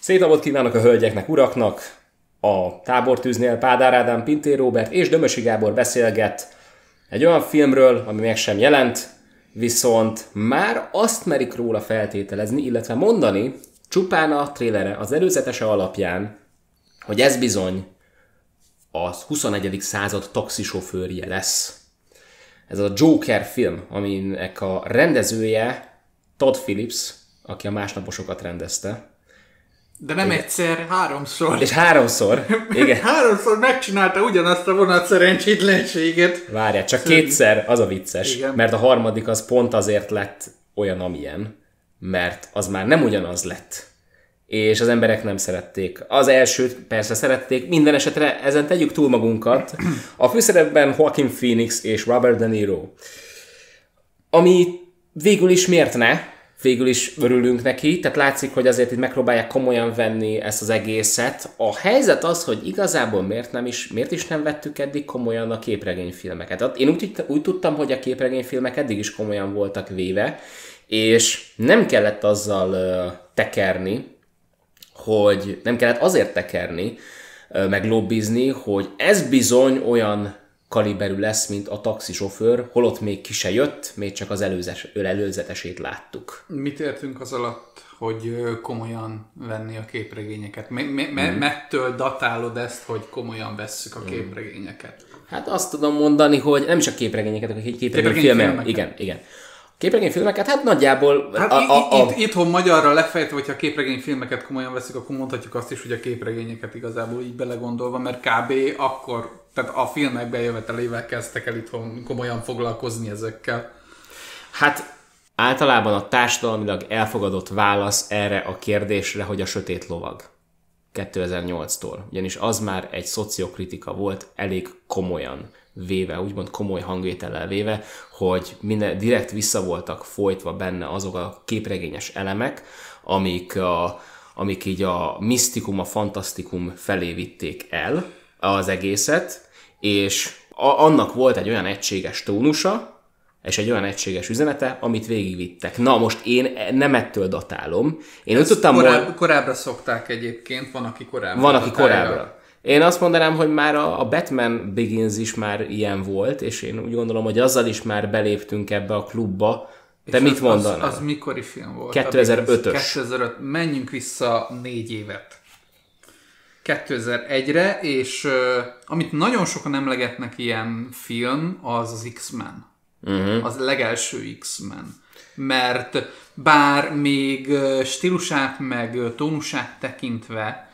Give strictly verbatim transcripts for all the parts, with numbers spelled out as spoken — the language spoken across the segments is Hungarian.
Szép napot kívánok a hölgyeknek, uraknak! A tábortűznél Pádár Ádám, Pintér Róbert és Dömösi Gábor beszélget egy olyan filmről, ami meg sem jelent, viszont már azt merik róla feltételezni, illetve mondani, csupán a trélere, az előzetese alapján, hogy ez bizony az huszonegyedik század taxisofőrje lesz. Ez a Joker film, aminek a rendezője Todd Phillips, aki a Másnaposokat rendezte. De nem igen. egyszer, háromszor. És háromszor, igen. háromszor megcsinálta ugyanazt a vonat szerencsétlenséget. Várjál, csak Szerint. kétszer az a vicces, igen. Mert a harmadik az pont azért lett olyan, amilyen, mert az már nem ugyanaz lett. És az emberek nem szerették. Az elsőt persze szerették, minden esetre ezen tegyük túl magunkat. A főszerepben Joaquin Phoenix és Robert De Niro. Ami végül is miért ne? Végül is örülünk neki, tehát látszik, hogy azért itt megpróbálják komolyan venni ezt az egészet. A helyzet az, hogy igazából miért, nem is, miért is nem vettük eddig komolyan a képregényfilmeket. Én úgy, úgy tudtam, hogy a képregényfilmek eddig is komolyan voltak véve, és nem kellett azzal uh, tekerni, hogy nem kellett azért tekerni, uh, meg lobbizni, hogy ez bizony olyan kaliberű lesz, mint a taxisofőr, holott még ki se jött, még csak az előzes, előzetesét láttuk. Mit értünk az alatt, hogy komolyan venni a képregényeket? Mettől mm. datálod ezt, hogy komolyan vesszük a képregényeket? Hát azt tudom mondani, hogy nem is a képregényeket, a képregényfilmek. Igen, igen. Képregényfilmeket, hát nagyjából... Hát a, a, a... Itt, itthon magyarra lefejtve, hogyha a képregényfilmeket komolyan veszik, akkor mondhatjuk azt is, hogy a képregényeket igazából így belegondolva, mert kb. Akkor, tehát a filmek bejövetelével kezdtek el itthon komolyan foglalkozni ezekkel. Hát általában a társadalmilag elfogadott válasz erre a kérdésre, hogy a Sötét lovag kétezer-nyolctól. Ugyanis az már egy szociokritika volt, elég komolyan véve, úgymond komoly hangvétellel véve, hogy minden direkt vissza voltak folytva benne azok a képregényes elemek, amik, a, amik így a misztikum, a fantasztikum felé vitték el az egészet, és a, annak volt egy olyan egységes tónusa, és egy olyan egységes üzenete, amit végigvittek. Na most én nem ettől datálom. Én úgy tudtam, korább, hogy... Korábbra szokták egyébként, van aki korábbra. Van aki korábbra. Én azt mondanám, hogy már a Batman Begins is már ilyen volt, és én úgy gondolom, hogy azzal is már beléptünk ebbe a klubba. Te és mit mondanál? Az, az mikori film volt? kétezer-ötös. kétezer-öt. Menjünk vissza négy évet. kétezer-egyre, és uh, amit nagyon sokan emlegetnek ilyen film, az az X-Men. Uh-huh. Az legelső X-Men. Mert bár még stílusát, meg tónusát tekintve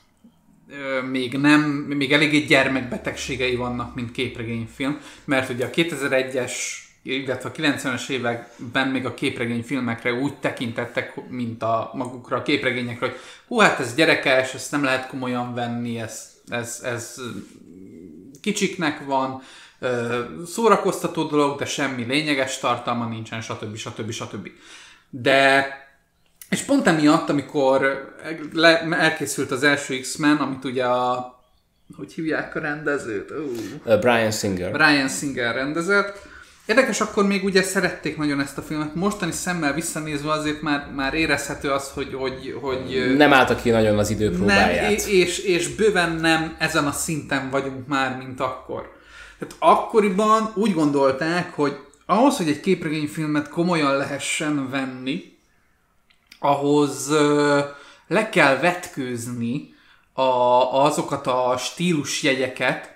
még nem, még eléggé gyermekbetegségei vannak, mint képregényfilm, mert ugye a kétezer-egyes, illetve a kilencvenes években még a képregényfilmekre úgy tekintettek, mint a magukra a képregényekre, hogy hú, hát ez gyerekes, ezt nem lehet komolyan venni, ez, ez, ez kicsiknek van, szórakoztató dolog, de semmi lényeges tartalma nincsen, stb. stb. stb. De, és pont emiatt, amikor le, elkészült az első X-Men, amit ugye a, hogy hívják a rendezőt? Uh. Bryan Singer. Bryan Singer rendezett. Érdekes, akkor még ugye szerették nagyon ezt a filmet. Mostani szemmel visszanézve azért már, már érezhető az, hogy, hogy, hogy... Nem álltak ki nagyon az idő próbáját. Nem, és, és bőven nem ezen a szinten vagyunk már, mint akkor. Tehát akkoriban úgy gondolták, hogy ahhoz, hogy egy képregényfilmet komolyan lehessen venni, ahhoz uh, le kell vetkőzni a, azokat a stílusjegyeket,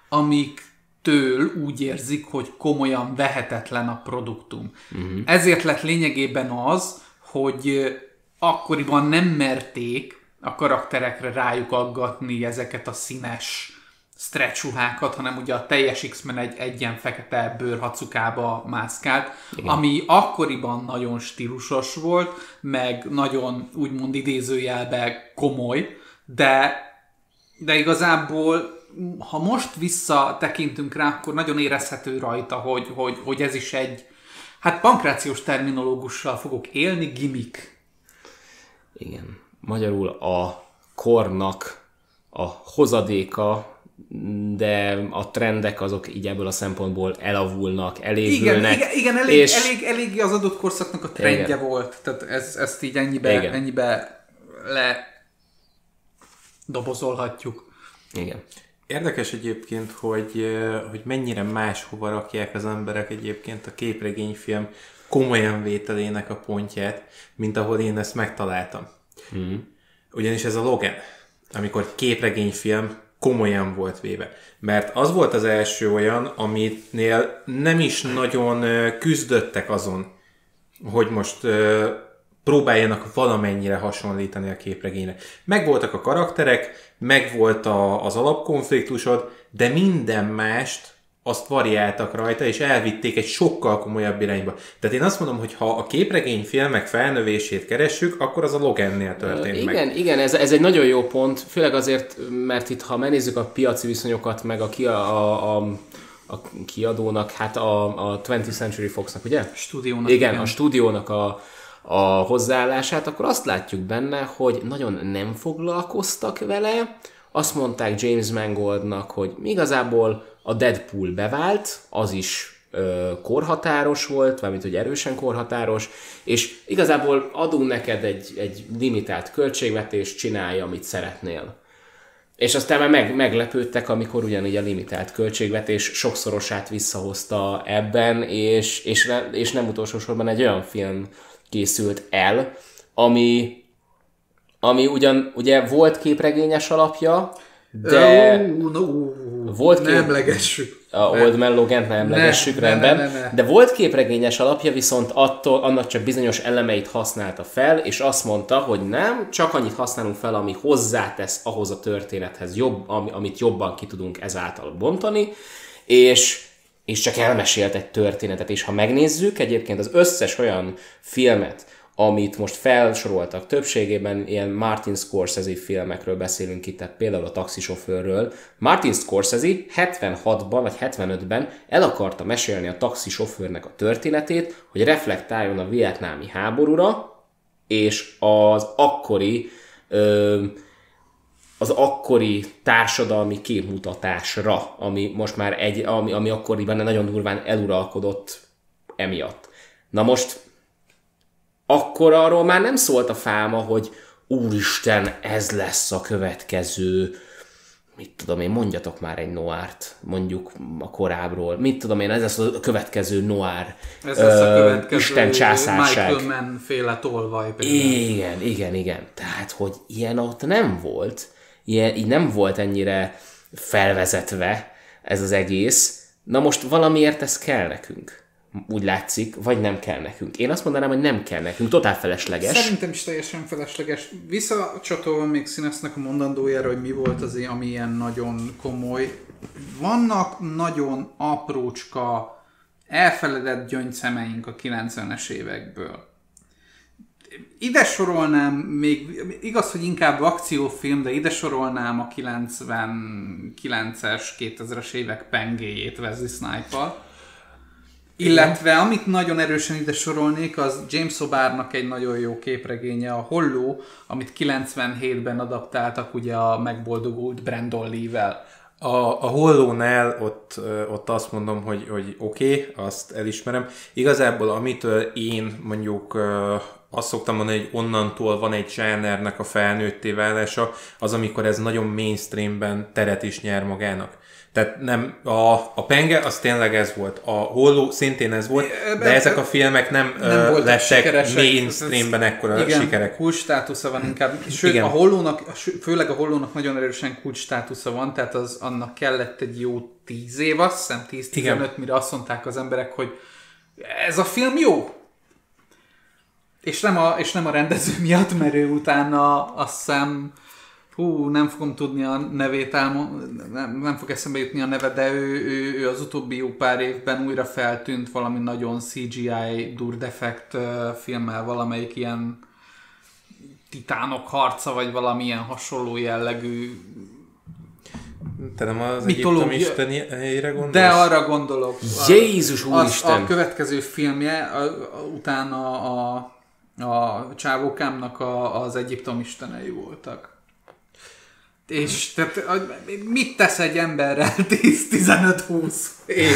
amiktől úgy érzik, hogy komolyan vehetetlen a produktum. Uh-huh. Ezért lett lényegében az, hogy akkoriban nem merték a karakterekre rájuk aggatni ezeket a színes stretch ruhákat, hanem ugye a teljes X-Men egy, egy ilyen fekete bőrhacukába mászkált, igen. Ami akkoriban nagyon stílusos volt, meg nagyon úgymond idézőjelben komoly, de, de igazából ha most visszatekintünk rá, akkor nagyon érezhető rajta, hogy, hogy, hogy ez is egy, hát pankrációs terminológussal fogok élni, gimmick. Igen. Magyarul a kornak a hozadéka, de a trendek azok így ebből a szempontból elavulnak, elévülnek. Igen, igen, igen elég, és... elég, elég az adott korszaknak a trendje igen. volt. Tehát ez, ezt így ennyibe, ennyibe le dobozolhatjuk. Igen. Érdekes egyébként, hogy, hogy mennyire máshova rakják az emberek egyébként a képregényfilm komolyan vételének a pontját, mint ahol én ezt megtaláltam. Mm. Ugyanis ez a Logan, amikor képregényfilm komolyan volt véve. Mert az volt az első olyan, amitnél nem is nagyon küzdöttek azon, hogy most próbáljanak valamennyire hasonlítani a képregényre. Megvoltak a karakterek, megvolt a, az alapkonfliktusod, de minden mást azt variáltak rajta, és elvitték egy sokkal komolyabb irányba. Tehát én azt mondom, hogy ha a képregényfilmek felnövését keressük, akkor az a Logannél történt igen, meg. Igen, igen, ez, ez egy nagyon jó pont, főleg azért, mert itt ha megnézzük a piaci viszonyokat, meg a, ki, a, a, a kiadónak, hát a, a twentieth Century Foxnak, ugye? Stúdiónak. Igen, igen, a stúdiónak a a hozzáállását, akkor azt látjuk benne, hogy nagyon nem foglalkoztak vele. Azt mondták James Mangoldnak, hogy igazából a Deadpool bevált, az is ö, korhatáros volt, valamint hogy erősen korhatáros, és igazából adunk neked egy, egy limitált költségvetést, csinálj, amit szeretnél. És aztán már meg, meglepődtek, amikor ugyanígy a limitált költségvetés sokszorosát visszahozta ebben, és, és, és nem utolsó sorban egy olyan film készült el, ami, ami ugyan ugye volt képregényes alapja, de oh, no, volt kép... nem legessük. A Old Man Logant nem ne, legessük, ne, rendben, ne, ne, ne. De volt képregényes alapja, viszont attól, annak csak bizonyos elemeit használta fel, és azt mondta, hogy nem, csak annyit használunk fel, ami hozzátesz ahhoz a történethez, jobb, amit jobban ki tudunk ezáltal bontani, és és csak elmesélt egy történetet, és ha megnézzük, egyébként az összes olyan filmet, amit most felsoroltak, többségében ilyen Martin Scorsese filmekről beszélünk itt, tehát például a taxisofőrről. Martin Scorsese hetvenhatban vagy hetvenötben el akarta mesélni a taxisofőrnek a történetét, hogy reflektáljon a vietnámi háborúra, és az akkori... Ö, az akkori társadalmi képmutatásra, ami most már egy, ami, ami akkoriban nagyon durván eluralkodott emiatt. Na most, akkor arról már nem szólt a fáma, hogy úristen, ez lesz a következő, mit tudom én, mondjatok már egy noárt, mondjuk a korábbról, mit tudom én, ez lesz a következő noár, ez lesz a következő Isten császárság. Michael Mann féle tolvaj. Például. Igen, igen, igen. Tehát, hogy ilyen ott nem volt, ilyen, így nem volt ennyire felvezetve ez az egész. Na most valamiért ez kell nekünk. Úgy látszik, vagy nem kell nekünk. Én azt mondanám, hogy nem kell nekünk, totál felesleges. Szerintem is teljesen felesleges. Visszacsatolva még Színesznek a mondandójára, hogy mi volt az, ami ilyen nagyon komoly. Vannak nagyon aprócska, elfeledett gyöngyszemeink a kilencvenes évekből. Ide sorolnám még, igaz, hogy inkább akciófilm, de ide sorolnám a kilencvenkilences, kétezres évek pengéjét Wesley Snipes-al. Illetve amit nagyon erősen ide sorolnék, az James O'Barrnak egy nagyon jó képregénye, a Holló, amit kilencvenhétben adaptáltak ugye a megboldogult Brandon Lee-vel. A, a Hollónál ott, ott azt mondom, hogy, hogy oké, okay, azt elismerem. Igazából amitől én mondjuk azt szoktam mondani, hogy onnantól van egy zsánernek a felnőtté válása, az amikor ez nagyon mainstreamben teret is nyer magának. Tehát nem, a, a Penge az tényleg ez volt, a Holló szintén ez volt, de ezek a filmek nem, nem uh, lettek mainstreamben ekkora igen, sikerek. Kulcs státusza van inkább. Sőt, igen. a Hollónak, főleg a Hollónak nagyon erősen kulcs státusza van, tehát az, annak kellett egy jó tíz év, azt hiszem tíz-tizenöt, mire azt mondták az emberek, hogy ez a film jó. És nem a, és nem a rendező miatt, mert ő utána azt hiszem, hú, nem fogom tudni a nevét elmondani, nem, nem fog eszembe jutni a neve, de ő, ő, ő az utóbbi jó pár évben újra feltűnt valami nagyon cé gé i durdefekt filmmel, valamelyik ilyen titánok harca, vagy valamilyen hasonló jellegű te nem az Egyiptom istenére gondolsz? De arra gondolok. Jézus úristen! A következő filmje, a, a, utána a, a csávókámnak a, az Egyiptom istenei voltak. És tehát, mit tesz egy emberrel tíz-tizenöt-húsz év?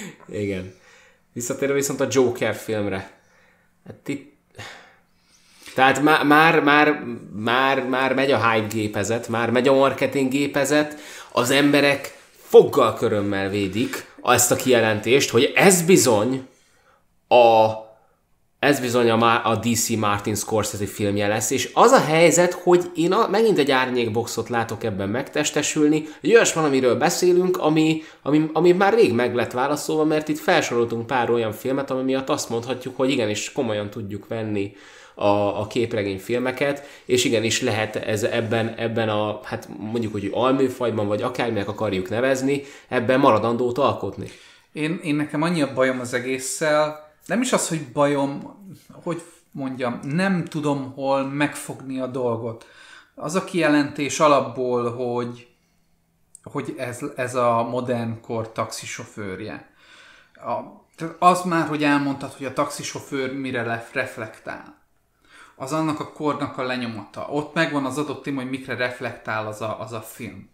Igen. Visszatérve viszont a Joker filmre. Hát itt... Tehát már, már, már, már, már megy a hype gépezet, már megy a marketing gépezet, az emberek foggal körömmel védik ezt a kijelentést, hogy ez bizony a, ez bizony a, a dé cé Martin Scorsese filmje lesz, és az a helyzet, hogy én a, megint egy árnyékboxot látok ebben megtestesülni, egy olyas valamiről beszélünk, ami, ami, ami már rég meg lett válaszolva, mert itt felsoroltunk pár olyan filmet, ami miatt azt mondhatjuk, hogy igenis komolyan tudjuk venni a, a képregényfilmeket, és igenis lehet ez ebben, ebben a, hát mondjuk, hogy alműfajban, vagy akárminek akarjuk nevezni, ebben maradandót alkotni. Én, én nekem annyi a bajom az egésszel, nem is az, hogy bajom, hogy mondjam, nem tudom hol megfogni a dolgot. Az a kijelentés alapból, hogy, hogy ez, ez a modern kor taxisofőrje. A, az már, hogy elmondtad, hogy a taxisofőr mire reflektál. Az annak a kornak a lenyomata. Ott megvan az adott téma, hogy mikre reflektál az a, az a film.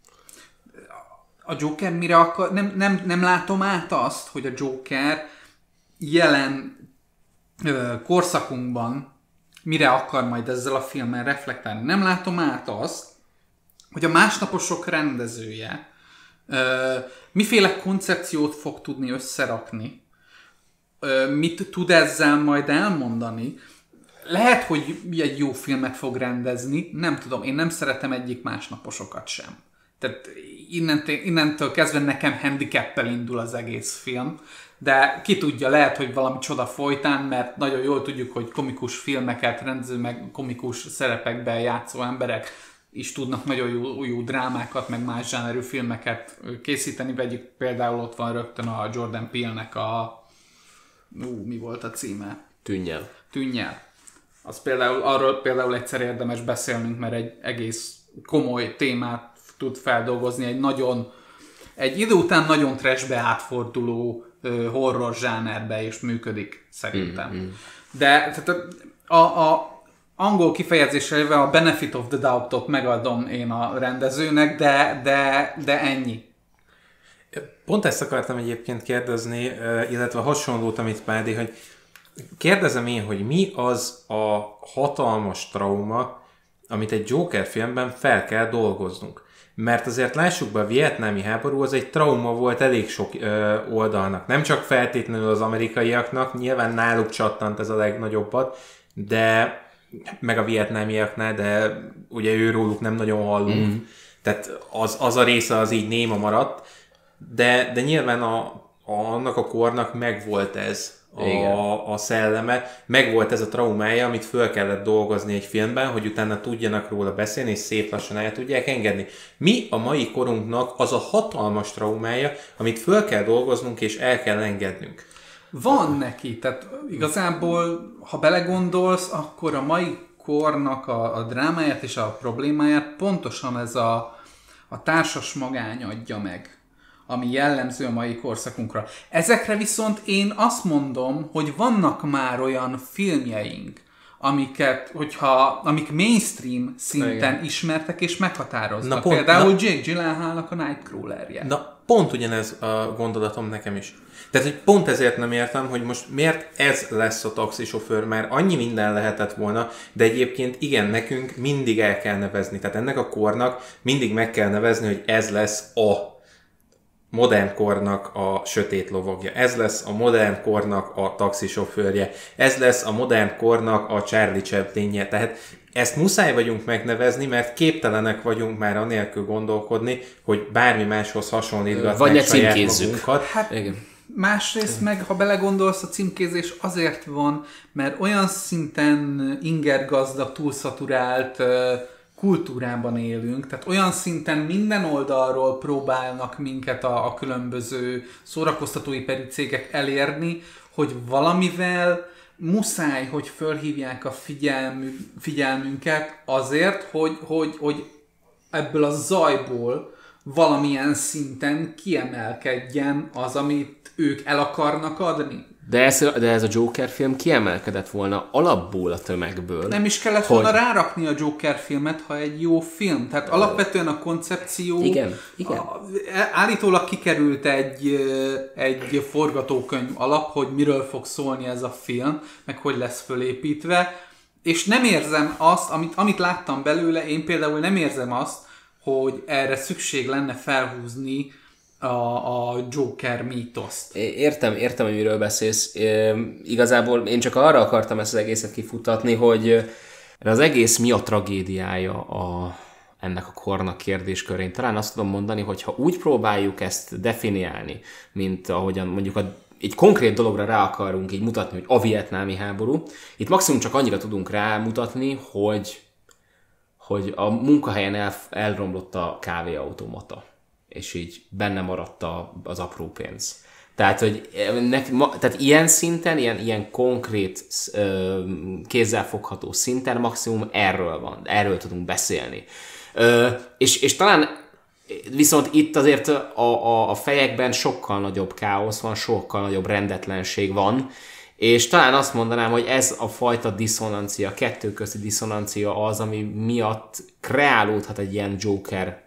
A Joker mire akar... Nem, nem, nem látom át azt, hogy a Joker jelen ö, korszakunkban mire akar majd ezzel a filmmel reflektálni. Nem látom át azt, hogy a másnaposok rendezője ö, miféle koncepciót fog tudni összerakni, ö, mit tud ezzel majd elmondani. Lehet, hogy egy jó filmet fog rendezni, nem tudom, én nem szeretem egyik másnaposokat sem. Tehát innentől, innentől kezdve nekem handicappel indul az egész film, de ki tudja, lehet, hogy valami csoda folytán, mert nagyon jól tudjuk, hogy komikus filmeket rendező, meg komikus szerepekben játszó emberek is tudnak nagyon jó, jó drámákat, meg más zsánerű filmeket készíteni. Vegyük például, ott van rögtön a Jordan Peele-nek a... Ú, mi volt a címe? Tűnnyel. Tűnnyel. Az például, arról például egyszer érdemes beszélnünk, mert egy egész komoly témát tud feldolgozni, egy nagyon, egy idő után nagyon trashbe átforduló uh, horror zsánerbe is működik szerintem. Mm-hmm. De tehát a, a angol kifejezésével a benefit of the doubt-ot megadom én a rendezőnek, de, de, de ennyi. Pont ezt akartam egyébként kérdezni, illetve hasonlót, amit Pádi, hogy kérdezem én, hogy mi az a hatalmas trauma, amit egy Joker filmben fel kell dolgoznunk. Mert azért lássuk be, a vietnámi háború az egy trauma volt elég sok ö, oldalnak. Nem csak feltétlenül az amerikaiaknak, nyilván náluk csattant ez a legnagyobbat, de meg a vietnámiaknál, de ugye őróluk nem nagyon hallunk. Mm. Tehát az, az a része az így néma maradt, de, de nyilván a, a, annak a kornak megvolt ez. A, a szelleme, megvolt ez a traumája, amit föl kellett dolgozni egy filmben, hogy utána tudjanak róla beszélni, és szép lassan el tudják engedni. Mi a mai korunknak az a hatalmas traumája, amit föl kell dolgoznunk, és el kell engednünk? Van neki, tehát igazából, ha belegondolsz, akkor a mai kornak a, a drámáját és a problémáját pontosan ez a, a társas magány adja meg, ami jellemző a mai korszakunkra. Ezekre viszont én azt mondom, hogy vannak már olyan filmjeink, amiket, hogyha, amik mainstream szinten igen. ismertek és meghatároznak. Na, pont, Például na, Jake Gyllenhaalnak a Nightcrawlerje. Na, pont ugyanez a gondolatom nekem is. Tehát, hogy pont ezért nem értem, hogy most miért ez lesz a taxisofőr, mert annyi minden lehetett volna, de egyébként igen, nekünk mindig el kell nevezni. Tehát ennek a kornak mindig meg kell nevezni, hogy ez lesz a modern kornak a sötét lovagja. Ez lesz a modern kornak a taxisofőrje. Ez lesz a modern kornak a Charlie Chaplinje. Tehát ezt muszáj vagyunk megnevezni, mert képtelenek vagyunk már anélkül gondolkodni, hogy bármi máshoz hasonlítgatnánk saját magunkat. Hát, igen. Másrészt meg, ha belegondolsz, a címkézés azért van, mert olyan szinten ingergazdag, túlszaturált kultúrában élünk, tehát olyan szinten minden oldalról próbálnak minket a, a különböző szórakoztatóipari cégek elérni, hogy valamivel muszáj, hogy fölhívják a figyelmü, figyelmünket azért, hogy, hogy, hogy ebből a zajból valamilyen szinten kiemelkedjen az, amit ők el akarnak adni. De ez, de ez a Joker film kiemelkedett volna alapból a tömegből. Nem is kellett hogy... volna rárakni a Joker filmet, ha egy jó film. Tehát uh, alapvetően a koncepció... Igen, igen. A, állítólag kikerült egy, egy forgatókönyv alap, hogy miről fog szólni ez a film, meg hogy lesz fölépítve. és nem érzem azt, amit, amit láttam belőle, én például nem érzem azt, hogy erre szükség lenne felhúzni a, a Joker mítoszt. Értem, értem, hogy miről beszélsz. É, igazából én csak arra akartam ezt az egészet kifutatni, hogy az egész mi a tragédiája a, ennek a kornak kérdéskörén. Talán azt tudom mondani, hogy ha úgy próbáljuk ezt definiálni, mint ahogyan mondjuk a, egy konkrét dologra rá akarunk így mutatni, hogy a vietnámi háború, itt maximum csak annyira tudunk rámutatni, hogy, hogy a munkahelyen el, elromlott a kávéautomata, és így benne maradt a, az apró pénz. Tehát, hogy nek, ma, tehát ilyen szinten, ilyen, ilyen konkrét, kézzelfogható szinten maximum erről van, erről tudunk beszélni. Ö, és, és talán viszont itt azért a, a, a fejekben sokkal nagyobb káosz van, sokkal nagyobb rendetlenség van, és talán azt mondanám, hogy ez a fajta diszonancia, a kettő közti diszonancia az, ami miatt kreálódhat egy ilyen Joker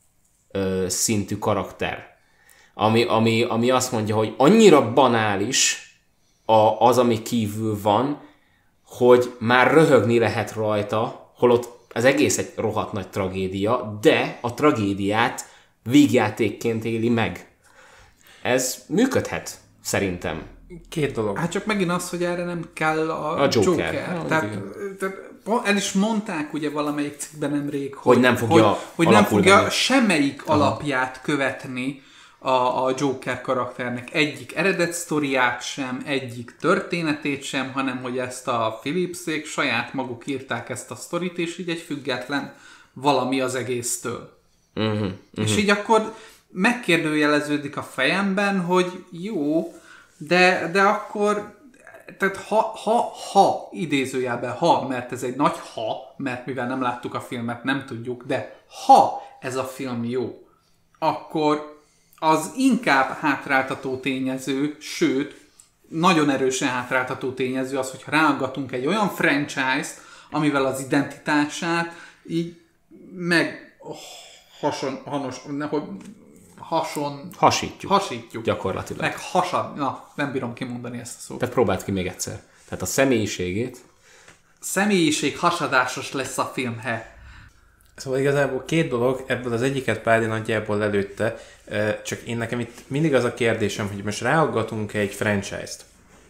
ö, szintű karakter. Ami, ami, ami azt mondja, hogy annyira banális a, az, ami kívül van, hogy már röhögni lehet rajta, holott az egész egy rohadt nagy tragédia, de a tragédiát vígjátékként éli meg. Ez működhet, szerintem. Két dolog. Hát csak megint az, hogy erre nem kell a, a Joker. Joker. No, tehát, tehát el is mondták ugye valamelyik cikkben nemrég, hogy, hogy nem fogja, hogy, hogy nem fogja lenni. semmelyik Aha. alapját követni a, a Joker karakternek. Egyik eredet sztoriát sem, egyik történetét sem, hanem hogy ezt a Philipsék saját maguk írták ezt a sztorit, és így egy független valami az egésztől. Uh-huh, uh-huh. És így akkor megkérdőjeleződik a fejemben, hogy jó, de, de akkor tehát ha, ha, ha, idézőjelben ha, mert ez egy nagy ha, mert mivel nem láttuk a filmet, nem tudjuk, de ha ez a film jó, akkor az inkább hátráltató tényező, sőt, nagyon erősen hátráltató tényező az, hogyha ráaggatunk egy olyan franchise-t, amivel az identitását így meg hason, hanos, hogy hason... Hasítjuk. Hasítjuk. Gyakorlatilag. Meg hasad... Na, nem bírom kimondani ezt a szót. Tehát próbáld ki még egyszer. Tehát a személyiségét... Személyiség hasadásos lesz a film, he. Szóval igazából két dolog, ebből az egyiket Pádi nagyjából előtte, csak én nekem itt mindig az a kérdésem, hogy most ráaggatunk egy franchise-t,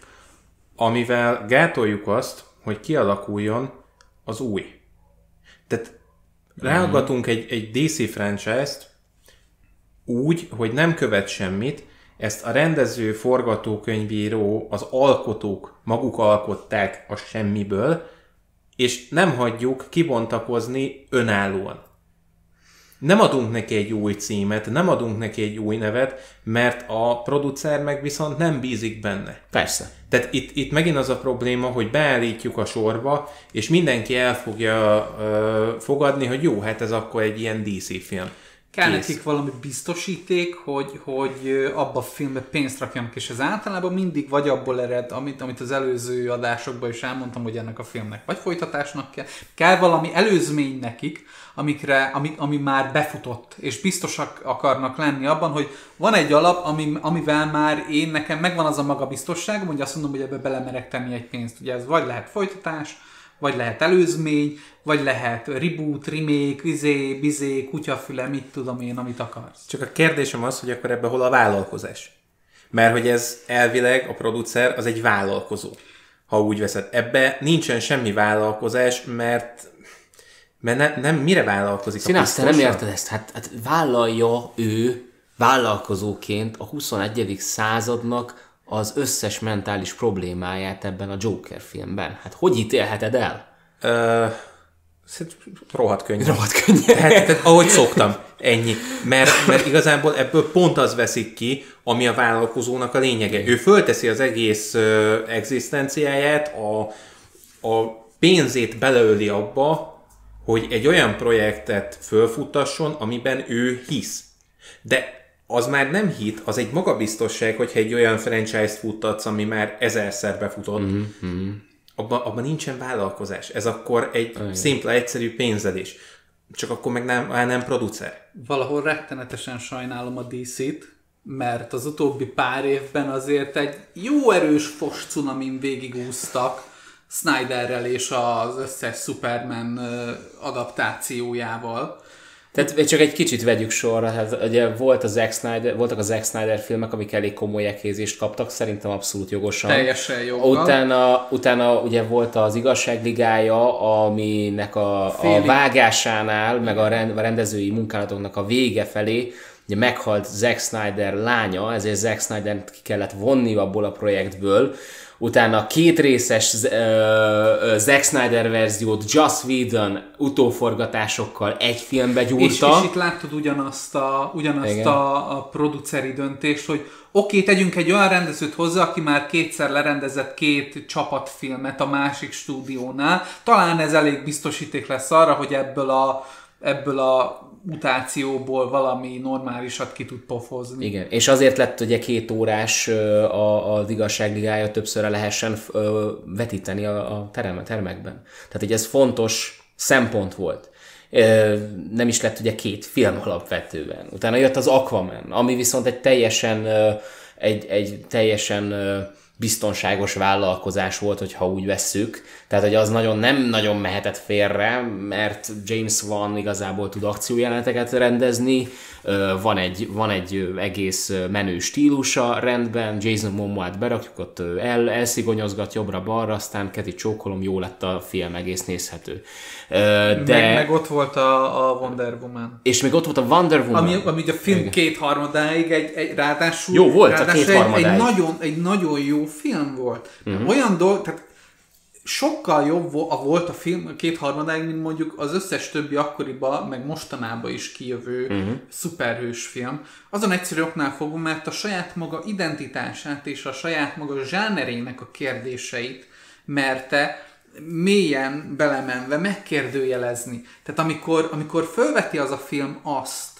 amivel gátoljuk azt, hogy kialakuljon az új. Tehát ráaggatunk egy, egy dé cé franchise-t úgy, hogy nem követ semmit, ezt a rendező, forgatókönyvíró, az alkotók maguk alkották a semmiből, és nem hagyjuk kibontakozni önállóan. Nem adunk neki egy új címet, nem adunk neki egy új nevet, mert a producer meg viszont nem bízik benne. Persze. Tehát itt, itt megint az a probléma, hogy beállítjuk a sorba, és mindenki el fogja uh, fogadni, hogy jó, hát ez akkor egy ilyen dé cé film. Kell Kész. Nekik valami biztosíték, hogy, hogy abba a filmbe pénzt rakjanak, és ez általában mindig vagy abból ered, amit, amit az előző adásokban is elmondtam, hogy ennek a filmnek vagy folytatásnak kell. Kell valami előzmény nekik, amikre, ami, ami már befutott, és biztosak akarnak lenni abban, hogy van egy alap, ami, amivel már én, nekem megvan az a magabiztosságom, hogy azt mondom, hogy ebbe belemerek tenni egy pénzt. Ugye ez vagy lehet folytatás, vagy lehet előzmény, vagy lehet reboot, remake, izé, bizé, kutyafüle, mit tudom én, amit akarsz. Csak a kérdésem az, hogy akkor ebben hol a vállalkozás? Mert hogy ez elvileg a producer az egy vállalkozó, ha úgy veszed. Ebbe nincsen semmi vállalkozás, mert, mert ne, nem mire vállalkozik Színász, a biztosan? Te nem érted ezt. Hát, hát vállalja ő vállalkozóként a huszonegyedik századnak az összes mentális problémáját ebben a Joker filmben. Hát hogy ítélheted el? Uh, rohadt könnyű. Rohadt könnyű. Tehát, tehát ahogy szoktam, ennyi. Mert, mert igazából ebből pont az veszik ki, ami a vállalkozónak a lényege. Ő fölteszi az egész uh, egzisztenciáját, a, a pénzét beleöli abba, hogy egy olyan projektet fölfuttasson, amiben ő hisz. De az már nem hit, az egy magabiztosság, hogyha egy olyan franchise-t futtatsz, ami már ezerszer befutott. Mm-hmm. Abban abba nincsen vállalkozás. Ez akkor egy Olyan. szimpla, egyszerű pénzedés. Csak akkor meg nem, már nem producer. Valahol rettenetesen sajnálom a dé cét, mert az utóbbi pár évben azért egy jó erős fos cunamin végigúztak Snyderrel és az összes Superman adaptációjával. Tehát csak egy kicsit vegyük sorra, hát ugye volt a Zack Snyder, voltak a Zack Snyder filmek, amik elég komoly ekézést kaptak, szerintem abszolút jogosan. Teljesen joggal. Utána, utána ugye volt az Igazságligája, aminek a, a vágásánál, meg a rendezői munkálatoknak a vége felé ugye meghalt Zack Snyder lánya, ezért Zack Snydert ki kellett vonni abból a projektből. Utána két részes uh, uh, Zack Snyder verziót Joss Whedon utóforgatásokkal egy filmbe gyúrta. És, és itt láttad ugyanazt a, ugyanazt a, a produceri döntést, hogy oké, okay, tegyünk egy olyan rendezőt hozzá, aki már kétszer lerendezett két csapatfilmet a másik stúdiónál. Talán ez elég biztosíték lesz arra, hogy ebből a, ebből a mutációból valami normálisat ki tud pofozni. Igen, és azért lett ugye két órás a, az Igazságligája, többszörre lehessen vetíteni a, a terem, termekben. Tehát hogy ez fontos szempont volt. Nem is lett ugye két film alapvetően. Utána jött az Aquaman, ami viszont egy teljesen, egy, egy teljesen biztonságos vállalkozás volt, hogyha úgy vesszük. Tehát, hogy az nagyon nem nagyon mehetett félre, mert James Wan igazából tud akciójeleneteket rendezni, van egy, van egy egész menő stílusa rendben, Jason Momoát berakjuk, ott el, elszigonyozgat jobbra-balra, aztán keti csókolom, jó lett a film, egész nézhető. De... Meg, meg ott volt a, a Wonder Woman. És még ott volt a Wonder Woman. Ami, ami a film kétharmadáig egy, egy ráadásul, jó volt ráadásul a kétharmadáig. Egy, egy, nagyon, egy nagyon jó film volt. Uh-huh. Olyan dolg, tehát sokkal jobb volt a film kétharmadáig, mint mondjuk az összes többi akkoriban, meg mostanában is kijövő uh-huh. szuperhős film. Azon egyszerű oknál fogom, mert a saját maga identitását és a saját maga zsánerének a kérdéseit merte mélyen belemenve megkérdőjelezni. Tehát amikor, amikor fölveti az a film azt,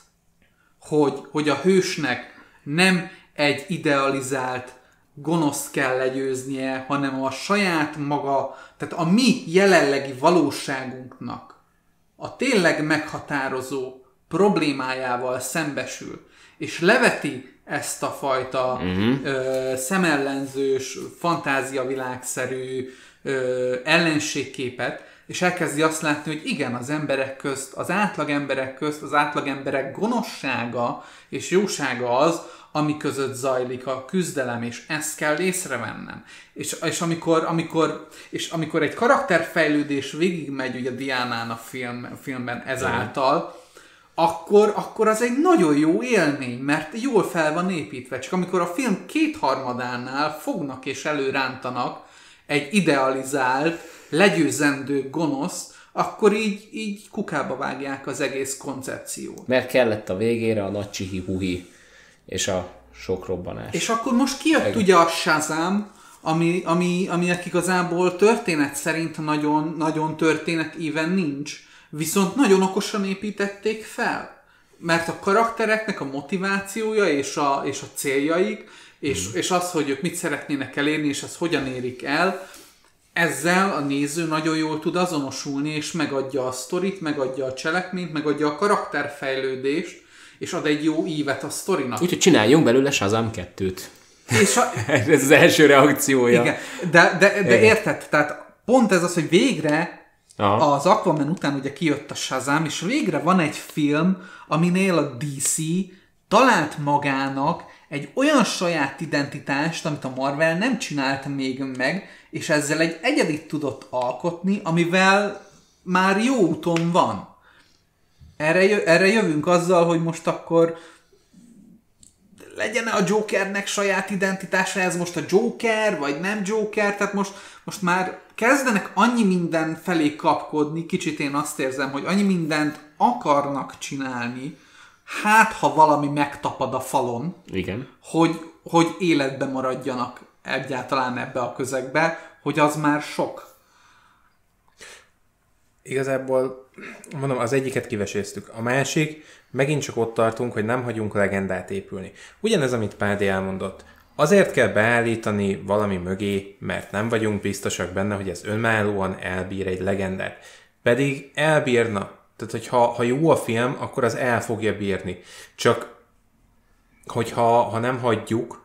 hogy, hogy a hősnek nem egy idealizált gonoszt kell legyőznie, hanem a saját maga, tehát a mi jelenlegi valóságunknak a tényleg meghatározó problémájával szembesül, és leveti ezt a fajta uh-huh. ö, szemellenzős, fantáziavilágszerű ö, ellenségképet, és elkezdi azt látni, hogy igen, az emberek közt, az átlag emberek közt, az átlag emberek gonoszsága és jósága az, ami között zajlik a küzdelem, és ezt kell észrevennem. És, és, amikor, amikor, és amikor egy karakterfejlődés végigmegy ugye Diánán a film, filmben ezáltal, akkor, akkor az egy nagyon jó élmény, mert jól fel van építve. Csak amikor a film kétharmadánál fognak és előrántanak egy idealizált, legyőzendő gonoszt, akkor így, így kukába vágják az egész koncepciót. Mert kellett a végére a nagy csihi-huhi és a sok robbanás. És akkor most kijött Eg- ugye a Shazam, ami, ami, aminek igazából történet szerint nagyon, nagyon történet íven nincs, viszont nagyon okosan építették fel. Mert a karaktereknek a motivációja és a, és a céljaik, és, mm. és az, hogy ők mit szeretnének elérni, és ezt hogyan érik el, ezzel a néző nagyon jól tud azonosulni, és megadja a sztorit, megadja a cselekményt, megadja a karakterfejlődést, és ad egy jó ívet a sztorinak. Úgyhogy csináljunk belőle Shazam kettőt. És a... ez az első reakciója. Igen, de, de, de érted, tehát pont ez az, hogy végre Aha. az Aquaman után ugye kijött a Shazam, és végre van egy film, aminél a dé cé talált magának egy olyan saját identitást, amit a Marvel nem csinált még meg, és ezzel egy egyedit tudott alkotni, amivel már jó úton van. Erre, erre jövünk azzal, hogy most akkor legyen a Jokernek saját identitása, ez most a Joker, vagy nem Joker, tehát most, most már kezdenek annyi minden felé kapkodni, kicsit én azt érzem, hogy annyi mindent akarnak csinálni, hát ha valami megtapad a falon, Igen. Hogy, hogy életbe maradjanak egyáltalán ebbe a közegbe, hogy az már sok. Igazából, mondom, az egyiket kiveséztük. A másik, megint csak ott tartunk, hogy nem hagyunk legendát épülni. Ugyanez, amit Pádi elmondott. Azért kell beállítani valami mögé, mert nem vagyunk biztosak benne, hogy ez önállóan elbír egy legendát. Pedig elbírna. Tehát, hogy ha, ha jó a film, akkor az el fogja bírni. Csak, hogyha ha nem hagyjuk,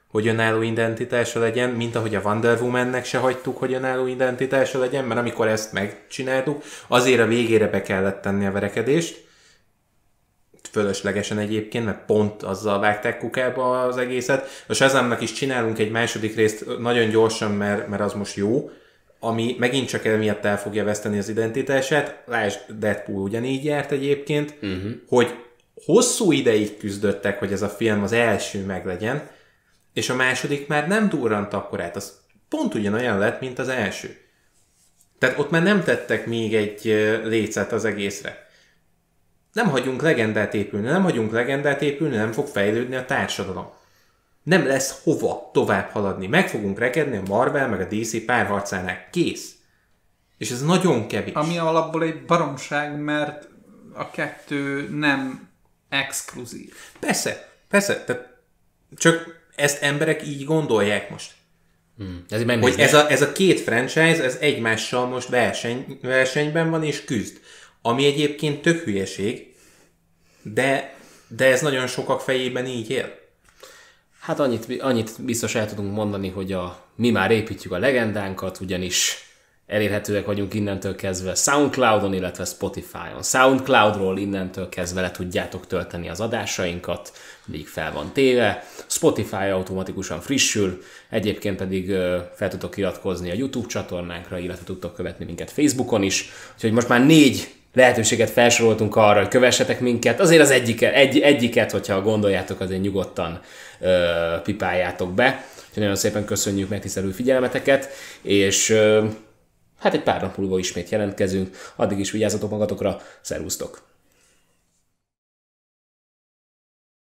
hogy önálló identitása legyen, mint ahogy a Wonder Womannek se hagytuk, hogy önálló identitása legyen, mert amikor ezt megcsináltuk, azért a végére be kellett tenni a verekedést, fölöslegesen egyébként, mert pont azzal vágták kukába az egészet. A Shazamnak is csinálunk egy második részt nagyon gyorsan, mert, mert az most jó, ami megint csak emiatt el fogja veszteni az identitását. Lásd, Deadpool ugyanígy járt egyébként, uh-huh. hogy hosszú ideig küzdöttek, hogy ez a film az első meglegyen, és a második már nem durrant akkorát. Az pont ugyanolyan lett, mint az első. Tehát ott már nem tettek még egy lécet az egészre. Nem hagyunk legendát épülni, nem hagyunk legendát épülni, nem fog fejlődni a társadalom. Nem lesz hova tovább haladni. Meg fogunk rekedni a Marvel meg a dé cé párharcánál. Kész. És ez nagyon kevés. Ami alapból egy baromság, mert a kettő nem exkluzív. Persze, persze. Tehát csak ezt emberek így gondolják most. Hmm. Ez hogy ez a, ez a két franchise, ez egymással most verseny, versenyben van és küzd. Ami egyébként tök hülyeség, de, de ez nagyon sokak fejében így él. Hát annyit, annyit biztos el tudunk mondani, hogy a, mi már építjük a legendánkat, ugyanis elérhetőek vagyunk innentől kezdve Soundcloudon, illetve Spotify-on. Soundcloudról innentől kezdve le tudjátok tölteni az adásainkat, mindig fel van téve. Spotify automatikusan frissül, egyébként pedig fel tudtok iratkozni a YouTube csatornánkra, illetve tudtok követni minket Facebookon is. Úgyhogy most már négy lehetőséget felsoroltunk arra, hogy kövessetek minket. Azért az egyiket, egy, egyiket hogyha gondoljátok, azért nyugodtan ö, pipáljátok be. Úgyhogy nagyon szépen köszönjük megtisztelő figyelmeteket, és ö, hát egy pár nap múlva ismét jelentkezünk. Addig is vigyázzatok magatokra, szervusztok!